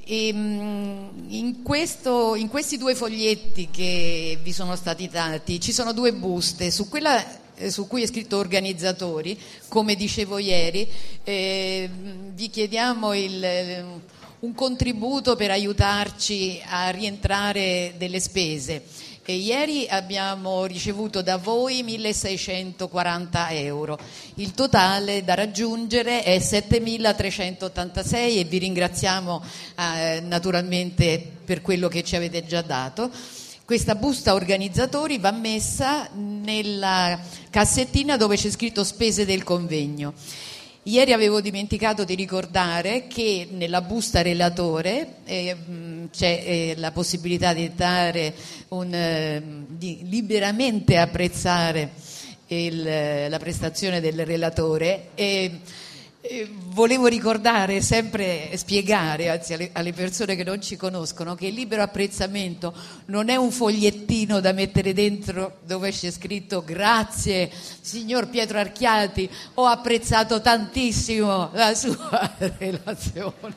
E, in questi due foglietti che vi sono stati dati ci sono due buste. Su quella su cui è scritto organizzatori, come dicevo ieri, vi chiediamo un contributo per aiutarci a rientrare delle spese. E ieri abbiamo ricevuto da voi 1.640 euro. Il totale da raggiungere è 7.386 e vi ringraziamo naturalmente per quello che ci avete già dato. Questa busta organizzatori va messa nella cassettina dove c'è scritto spese del convegno. Ieri avevo dimenticato di ricordare che nella busta relatore c'è la possibilità di dare di liberamente apprezzare la prestazione del relatore e volevo ricordare, sempre spiegare anzi alle persone che non ci conoscono, che il libero apprezzamento non è un fogliettino da mettere dentro dove c'è scritto grazie signor Pietro Archiati, ho apprezzato tantissimo la sua relazione.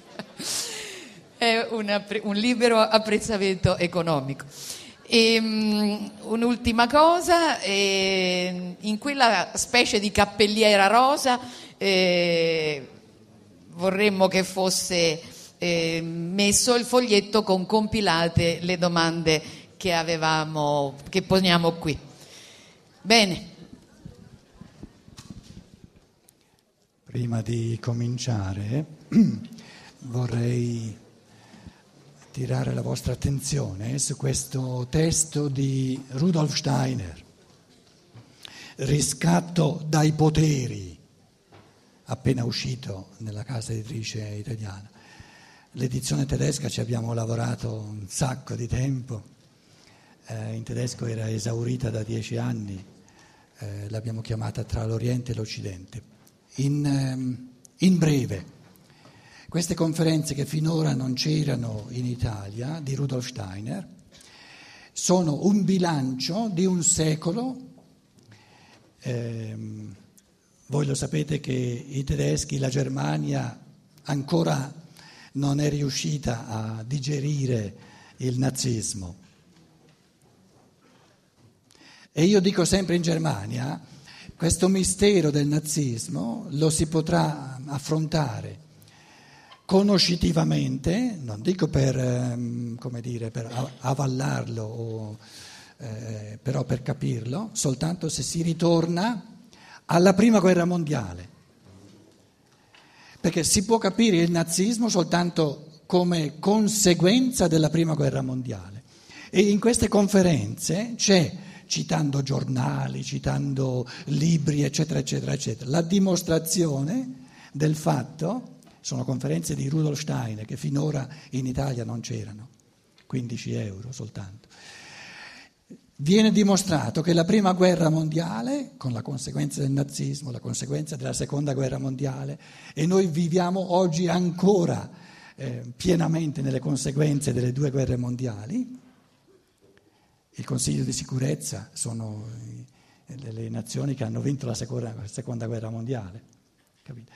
È un libero apprezzamento economico. Un'ultima cosa, in quella specie di cappelliera rosa vorremmo che fosse messo il foglietto con compilate le domande che poniamo qui. Bene. Prima di cominciare vorrei attirare la vostra attenzione su questo testo di Rudolf Steiner, Riscatto dai poteri, appena uscito nella casa editrice italiana. L'edizione tedesca ci abbiamo lavorato un sacco di tempo, in tedesco era esaurita da 10 anni, l'abbiamo chiamata Tra l'Oriente e l'Occidente. In breve, queste conferenze che finora non c'erano in Italia di Rudolf Steiner sono un bilancio di un secolo. Voi lo sapete che i tedeschi, la Germania ancora non è riuscita a digerire il nazismo. E io dico sempre in Germania, questo mistero del nazismo lo si potrà affrontare conoscitivamente, non dico per avallarlo, però per capirlo, soltanto se si ritorna alla Prima Guerra Mondiale, perché si può capire il nazismo soltanto come conseguenza della Prima Guerra Mondiale. E in queste conferenze c'è, citando giornali, citando libri, eccetera, eccetera, eccetera, la dimostrazione del fatto, sono conferenze di Rudolf Steiner che finora in Italia non c'erano, 15 euro soltanto. Viene dimostrato che la Prima Guerra Mondiale, con la conseguenza del nazismo, la conseguenza della Seconda Guerra Mondiale, e noi viviamo oggi ancora pienamente nelle conseguenze delle due guerre mondiali. Il Consiglio di sicurezza sono le nazioni che hanno vinto la Seconda Guerra Mondiale. Capite?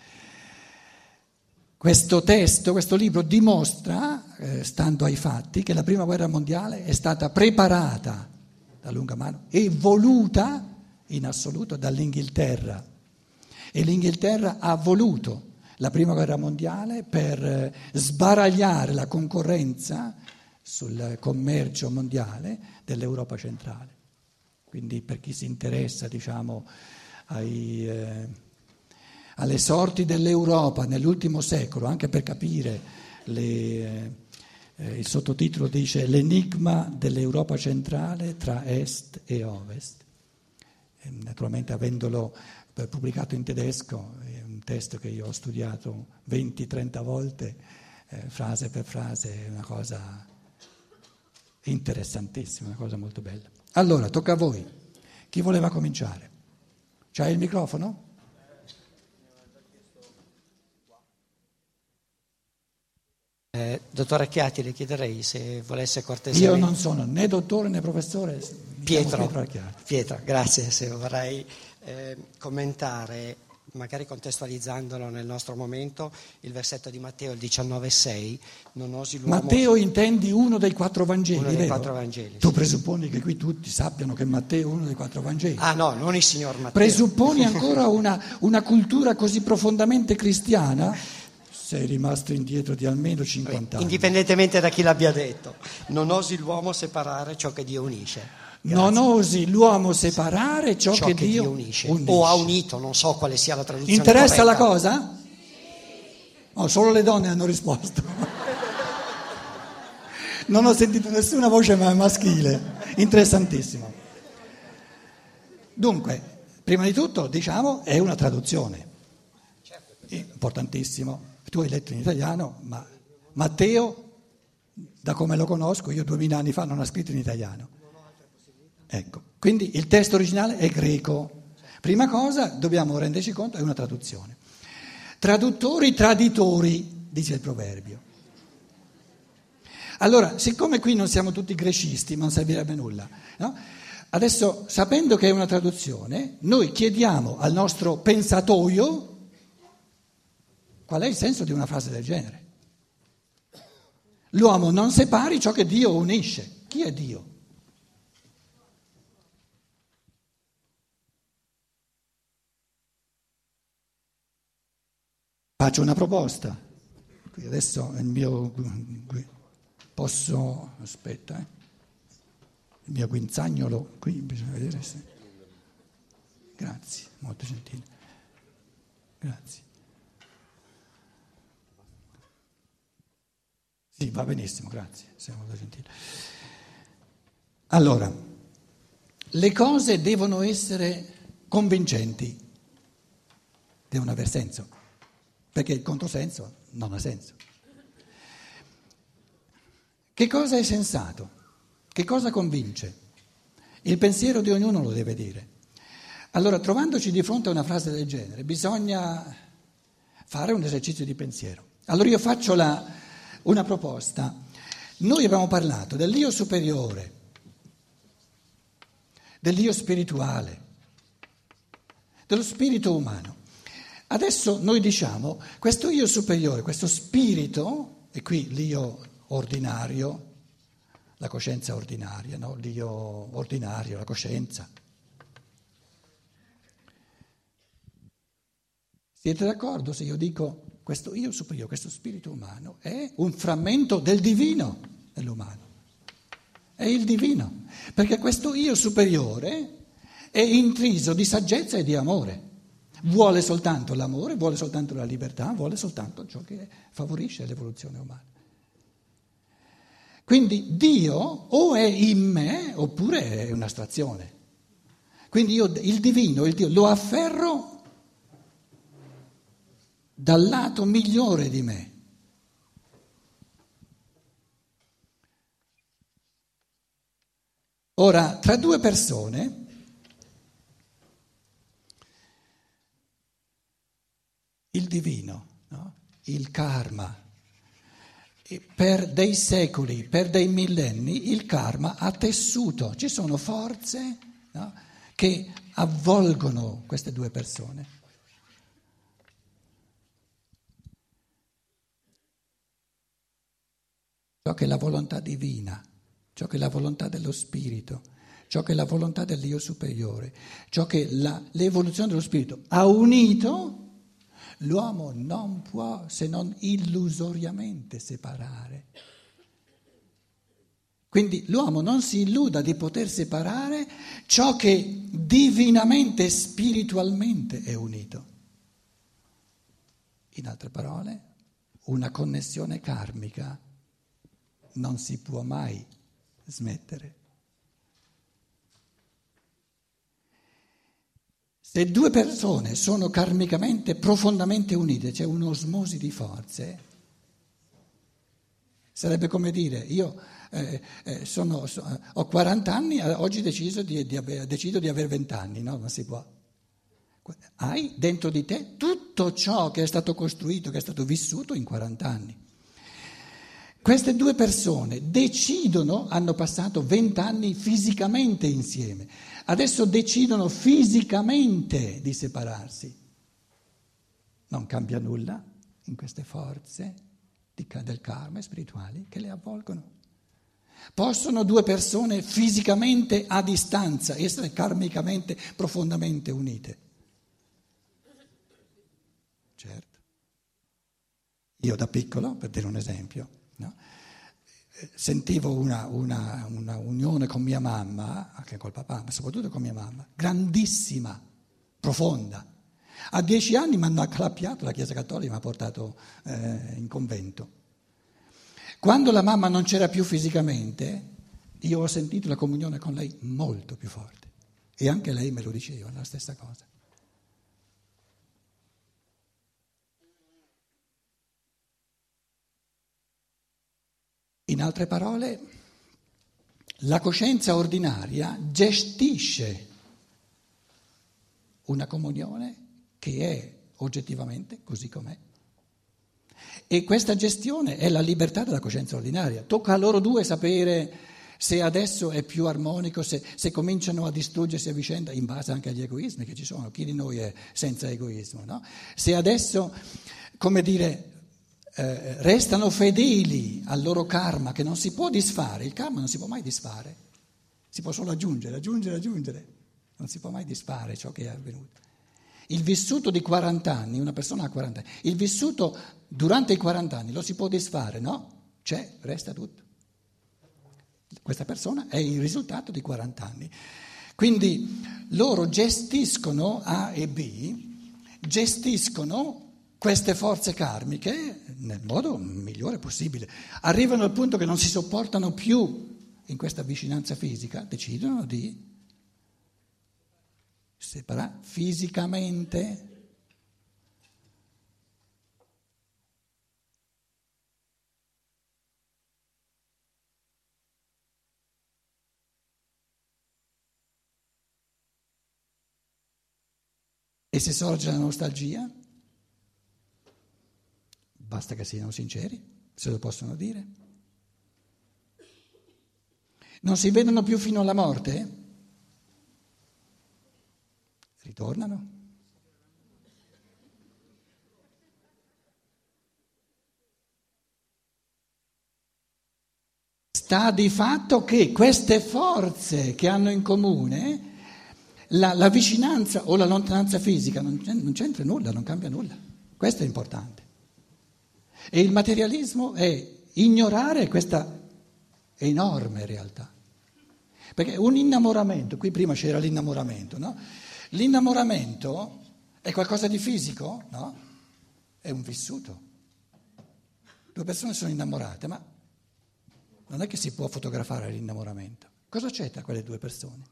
Questo testo, questo libro dimostra, stando ai fatti, che la Prima Guerra Mondiale è stata preparata da lunga mano e voluta in assoluto dall'Inghilterra, e l'Inghilterra ha voluto la Prima Guerra Mondiale per sbaragliare la concorrenza sul commercio mondiale dell'Europa centrale. Quindi per chi si interessa, diciamo, alle sorti dell'Europa nell'ultimo secolo, anche per capire il sottotitolo dice l'enigma dell'Europa centrale tra Est e Ovest. E naturalmente avendolo pubblicato in tedesco, è un testo che io ho studiato 20-30 volte, frase per frase, è una cosa interessantissima, una cosa molto bella. Allora, tocca a voi. Chi voleva cominciare? C'hai il microfono? Dottor Archiati, le chiederei se volesse cortesemente. Io non sono né dottore né professore. Pietro Archiati. Pietro, grazie. Se vorrei commentare magari contestualizzandolo nel nostro momento, il versetto di Matteo, il 19,6, non osi l'uomo... Matteo intendi uno dei 4 Vangeli, Uno dei vero? 4 Vangeli. Tu Sì. presupponi che qui tutti sappiano che Matteo è uno dei 4 Vangeli. Ah no, non il signor Matteo. Presupponi ancora una cultura così profondamente cristiana? Sei rimasto indietro di almeno 50 anni. Indipendentemente da chi l'abbia detto, non osi l'uomo separare ciò che Dio unisce. Grazie. Non osi l'uomo separare ciò che Dio unisce. O ha unito, non so quale sia la traduzione Interessa corretta. la cosa? Oh, solo le donne hanno risposto. Non ho sentito nessuna voce maschile. Interessantissimo. Dunque, prima di tutto, diciamo, è una traduzione. Importantissimo. Tu hai letto in italiano, ma Matteo, da come lo conosco, io 2000 anni fa non ha scritto in italiano. Ecco, quindi il testo originale è greco. Prima cosa, dobbiamo renderci conto, è una traduzione. Traduttori, traditori, dice il proverbio. Allora, siccome qui non siamo tutti grecisti, non servirebbe nulla, no? Adesso, sapendo che è una traduzione, noi chiediamo al nostro pensatoio qual è il senso di una frase del genere. L'uomo non separi ciò che Dio unisce. Chi è Dio? Faccio una proposta. Qui adesso il mio... Posso... Aspetta, il mio guinzagnolo qui, bisogna vedere se... Grazie, molto gentile. Grazie. Sì, va benissimo, grazie, sei molto gentile. Allora, le cose devono essere convincenti, devono aver senso, perché il controsenso non ha senso. Che cosa è sensato? Che cosa convince? Il pensiero di ognuno lo deve dire. Allora, trovandoci di fronte a una frase del genere, bisogna fare un esercizio di pensiero. Allora io faccio una proposta. Noi abbiamo parlato dell'io superiore, dell'io spirituale, dello spirito umano. Adesso noi diciamo, questo io superiore, questo spirito, e qui l'io ordinario, la coscienza ordinaria, no? L'io ordinario, la coscienza. Siete d'accordo se io dico questo io superiore, questo spirito umano è un frammento del divino nell'umano? È il divino, perché questo io superiore è intriso di saggezza e di amore. Vuole soltanto l'amore, vuole soltanto la libertà, vuole soltanto ciò che favorisce l'evoluzione umana. Quindi Dio o è in me oppure è un'astrazione. Quindi io il divino, il Dio, lo afferro dal lato migliore di me. Ora, tra due persone, il divino, no? Il karma, e per dei secoli, per dei millenni, il karma ha tessuto, ci sono forze, no? Che avvolgono queste due persone. Ciò che è la volontà divina, ciò che è la volontà dello spirito, ciò che è la volontà dell'io superiore, ciò che l'evoluzione dello spirito ha unito, l'uomo non può se non illusoriamente separare. Quindi l'uomo non si illuda di poter separare ciò che divinamente e spiritualmente è unito. In altre parole, una connessione karmica non si può mai smettere. Se due persone sono karmicamente profondamente unite, c'è un'osmosi di forze, sarebbe come dire, io ho 40 anni, oggi decido di avere 20 anni, no? Non si può. Hai dentro di te tutto ciò che è stato costruito, che è stato vissuto in 40 anni. Queste due persone decidono, hanno passato 20 anni fisicamente insieme, adesso decidono fisicamente di separarsi. Non cambia nulla in queste forze del karma e spirituali che le avvolgono. Possono due persone fisicamente a distanza essere karmicamente profondamente unite? Certo. Io da piccolo, per dire un esempio, no? Sentivo una unione con mia mamma, anche col papà, ma soprattutto con mia mamma, grandissima, profonda. A 10 anni mi hanno acclappiato, la Chiesa Cattolica mi ha portato in convento. Quando la mamma non c'era più fisicamente, io ho sentito la comunione con lei molto più forte. E anche lei me lo diceva, la stessa cosa. In altre parole, la coscienza ordinaria gestisce una comunione che è oggettivamente così com'è. E questa gestione è la libertà della coscienza ordinaria. Tocca a loro due sapere se adesso è più armonico, se cominciano a distruggersi a vicenda, in base anche agli egoismi che ci sono. Chi di noi è senza egoismo, no? Se adesso, come dire, restano fedeli al loro karma che non si può disfare, il karma non si può mai disfare, si può solo aggiungere, non si può mai disfare ciò che è avvenuto. Il vissuto di 40 anni, una persona ha 40 anni, il vissuto durante i 40 anni lo si può disfare, no? Resta tutto. Questa persona è il risultato di 40 anni. Quindi loro gestiscono, A e B, gestiscono queste forze karmiche nel modo migliore possibile. Arrivano al punto che non si sopportano più in questa vicinanza fisica, decidono di separare fisicamente. E se sorge la nostalgia? Basta che siano sinceri, se lo possono dire. Non si vedono più fino alla morte? Ritornano. Sta di fatto che queste forze che hanno in comune, la vicinanza o la lontananza fisica non c'entra nulla, non cambia nulla. Questo è importante. E il materialismo è ignorare questa enorme realtà. Perché un innamoramento, qui prima c'era l'innamoramento, no? L'innamoramento è qualcosa di fisico? No? È un vissuto. Due persone sono innamorate, ma non è che si può fotografare l'innamoramento. Cosa c'è tra quelle due persone?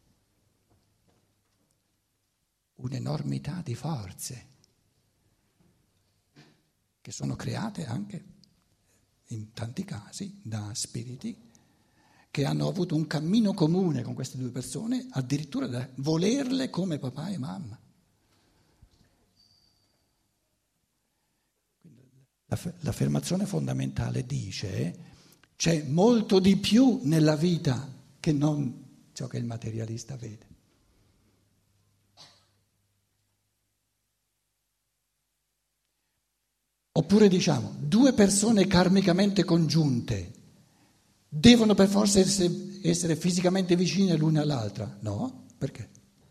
Un'enormità di forze che sono create anche, in tanti casi, da spiriti che hanno avuto un cammino comune con queste due persone, addirittura da volerle come papà e mamma. L'affermazione fondamentale dice: c'è molto di più nella vita che non ciò che il materialista vede. Oppure diciamo, due persone karmicamente congiunte devono per forza essere fisicamente vicine l'una all'altra? No, perché?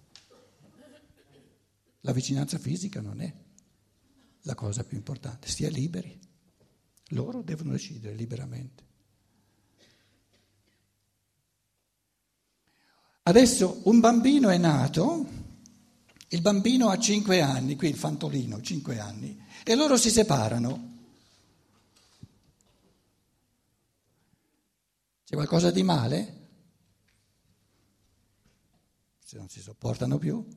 La vicinanza fisica non è la cosa più importante, si è liberi, loro devono decidere liberamente. Adesso un bambino è nato, il bambino ha 5 anni, qui il fantolino, 5 anni, e loro si separano. C'è qualcosa di male? Se non si sopportano più?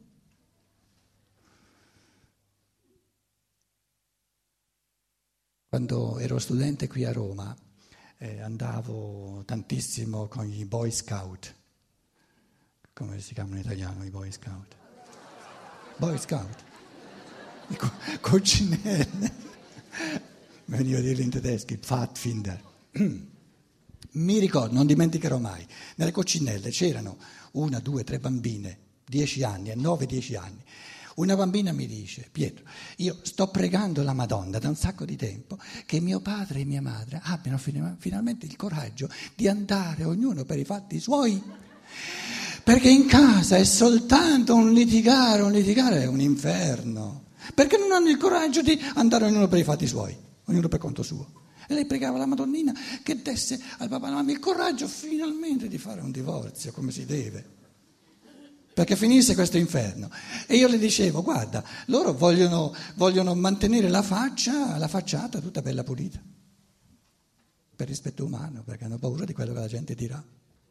Quando ero studente qui a Roma andavo tantissimo con i Boy Scout. Come si chiamano in italiano i Boy Scout? Boy Scout. I coccinelle. Venivo a dirlo in tedesco, i Pfadfinder. Mi ricordo, non dimenticherò mai, nelle coccinelle c'erano 1, 2, 3 bambine, 10 anni, 9-10 anni. Una bambina mi dice: Pietro, io sto pregando la Madonna da un sacco di tempo che mio padre e mia madre abbiano finalmente il coraggio di andare ognuno per i fatti suoi, perché in casa è soltanto un litigare è un inferno, perché non hanno il coraggio di andare ognuno per i fatti suoi, ognuno per conto suo. E lei pregava la Madonnina che desse al papà e alla mamma il coraggio finalmente di fare un divorzio come si deve, perché finisse questo inferno. E io le dicevo: guarda, loro vogliono mantenere la facciata tutta bella pulita, per rispetto umano, perché hanno paura di quello che la gente dirà.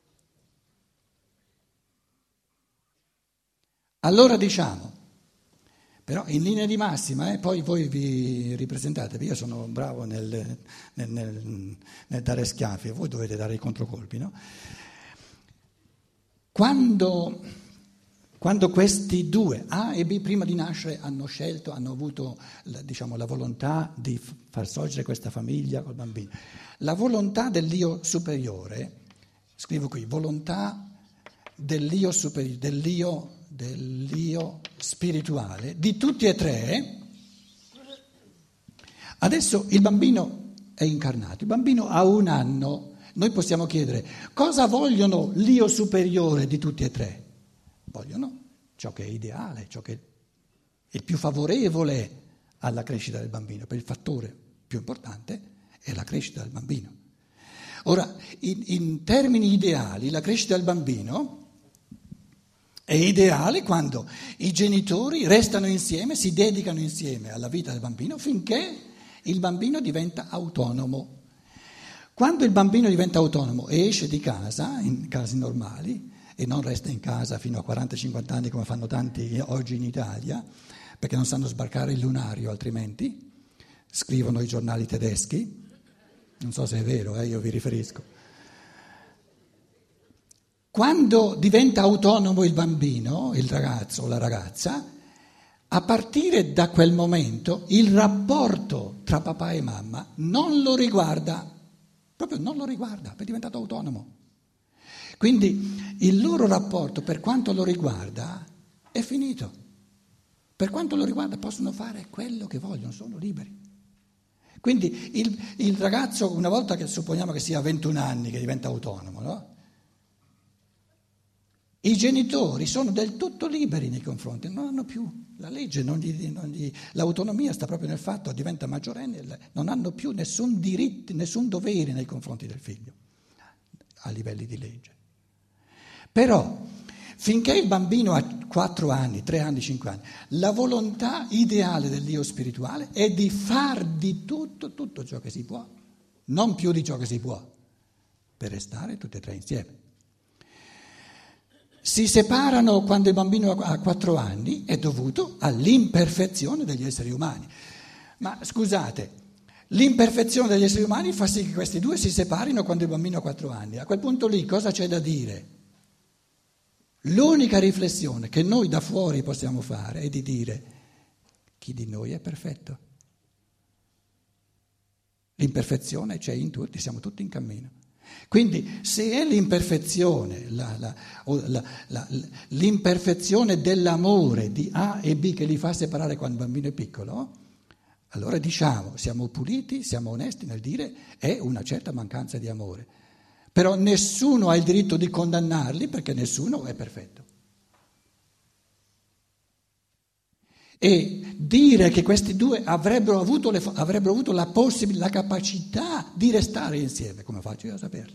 Allora diciamo, però in linea di massima, poi voi vi ripresentatevi, io sono bravo nel dare schiaffi, voi dovete dare i controcolpi, no? Quando questi due, A e B, prima di nascere hanno avuto la volontà di far sorgere questa famiglia col bambino, la volontà dell'io superiore, scrivo qui, volontà dell'io superiore, dell'io spirituale, di tutti e tre. Adesso il bambino è incarnato, il bambino ha 1 anno, noi possiamo chiedere: cosa vogliono l'io superiore di tutti e tre? Vogliono ciò che è ideale, ciò che è più favorevole alla crescita del bambino, per il fattore più importante è la crescita del bambino. Ora, in termini ideali, la crescita del bambino è ideale quando i genitori restano insieme, si dedicano insieme alla vita del bambino finché il bambino diventa autonomo. Quando il bambino diventa autonomo e esce di casa, in casi normali, e non resta in casa fino a 40-50 anni come fanno tanti oggi in Italia, perché non sanno sbarcare il lunario altrimenti, scrivono i giornali tedeschi, non so se è vero, io vi riferisco. Quando diventa autonomo il bambino, il ragazzo o la ragazza, a partire da quel momento il rapporto tra papà e mamma non lo riguarda, proprio non lo riguarda, perché è diventato autonomo. Quindi il loro rapporto, per quanto lo riguarda, è finito. Per quanto lo riguarda possono fare quello che vogliono, sono liberi. Quindi il ragazzo, una volta che supponiamo che sia a 21 anni che diventa autonomo, no? I genitori sono del tutto liberi nei confronti, non hanno più la legge, l'autonomia sta proprio nel fatto che diventa maggiorenne, non hanno più nessun diritto, nessun dovere nei confronti del figlio, a livelli di legge. Però, finché il bambino ha 4 anni, 3 anni, 5 anni, la volontà ideale dell'io spirituale è di far di tutto ciò che si può, non più di ciò che si può, per restare tutti e tre insieme. Si separano quando il bambino ha 4 anni, è dovuto all'imperfezione degli esseri umani. Ma scusate, l'imperfezione degli esseri umani fa sì che questi due si separino quando il bambino ha 4 anni. A quel punto lì cosa c'è da dire? L'unica riflessione che noi da fuori possiamo fare è di dire: chi di noi è perfetto? L'imperfezione c'è in tutti, siamo tutti in cammino. Quindi se è l'imperfezione, l'imperfezione dell'amore di A e B che li fa separare quando il bambino è piccolo, allora diciamo, siamo puliti, siamo onesti nel dire è una certa mancanza di amore. Però nessuno ha il diritto di condannarli perché nessuno è perfetto. E dire che questi due avrebbero avuto la capacità di restare insieme, come faccio io a saperlo?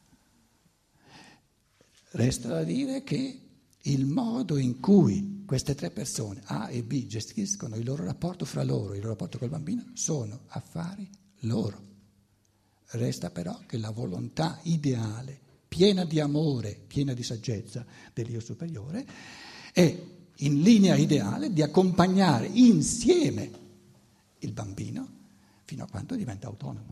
Resta da dire che il modo in cui queste 3 persone, A e B, gestiscono il loro rapporto fra loro, il loro rapporto col bambino, sono affari loro. Resta però che la volontà ideale, piena di amore, piena di saggezza dell'io superiore, è in linea ideale di accompagnare insieme il bambino fino a quando diventa autonomo.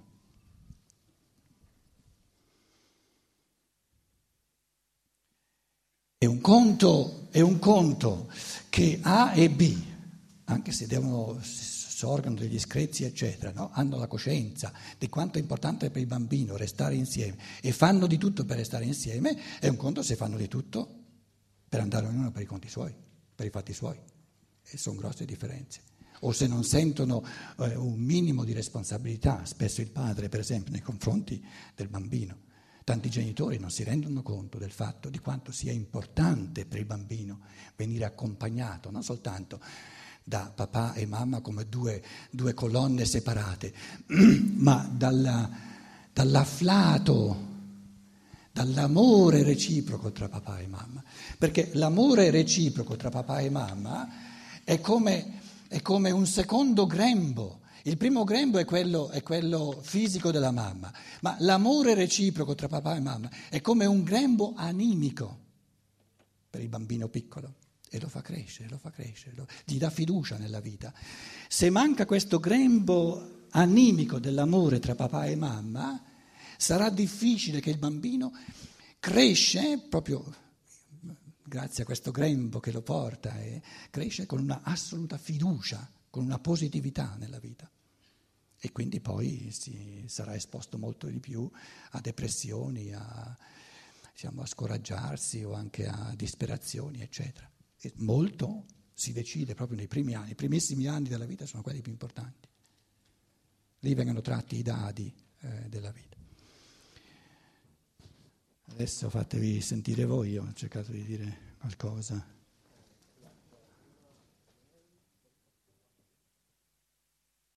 È un conto che A e B, anche se sorgono degli screzi eccetera, no? Hanno la coscienza di quanto è importante per il bambino restare insieme e fanno di tutto per restare insieme, è un conto se fanno di tutto per andare ognuno per i conti suoi, per i fatti suoi. E sono grosse differenze. O se non sentono un minimo di responsabilità, spesso il padre per esempio nei confronti del bambino. Tanti genitori non si rendono conto del fatto di quanto sia importante per il bambino venire accompagnato, non soltanto da papà e mamma come due colonne separate, ma dall'afflato, dall'amore reciproco tra papà e mamma. Perché l'amore reciproco tra papà e mamma è come un secondo grembo. Il primo grembo è quello fisico della mamma, ma l'amore reciproco tra papà e mamma è come un grembo animico per il bambino piccolo e lo fa crescere, gli dà fiducia nella vita. Se manca questo grembo animico dell'amore tra papà e mamma, sarà difficile che il bambino cresce proprio grazie a questo grembo che lo porta e cresce con una assoluta fiducia, con una positività nella vita. E quindi poi si sarà esposto molto di più a depressioni, a scoraggiarsi o anche a disperazioni, eccetera. E molto si decide proprio nei primi anni, i primissimi anni della vita sono quelli più importanti. Lì vengono tratti i dadi della vita. Adesso fatevi sentire voi, io ho cercato di dire qualcosa.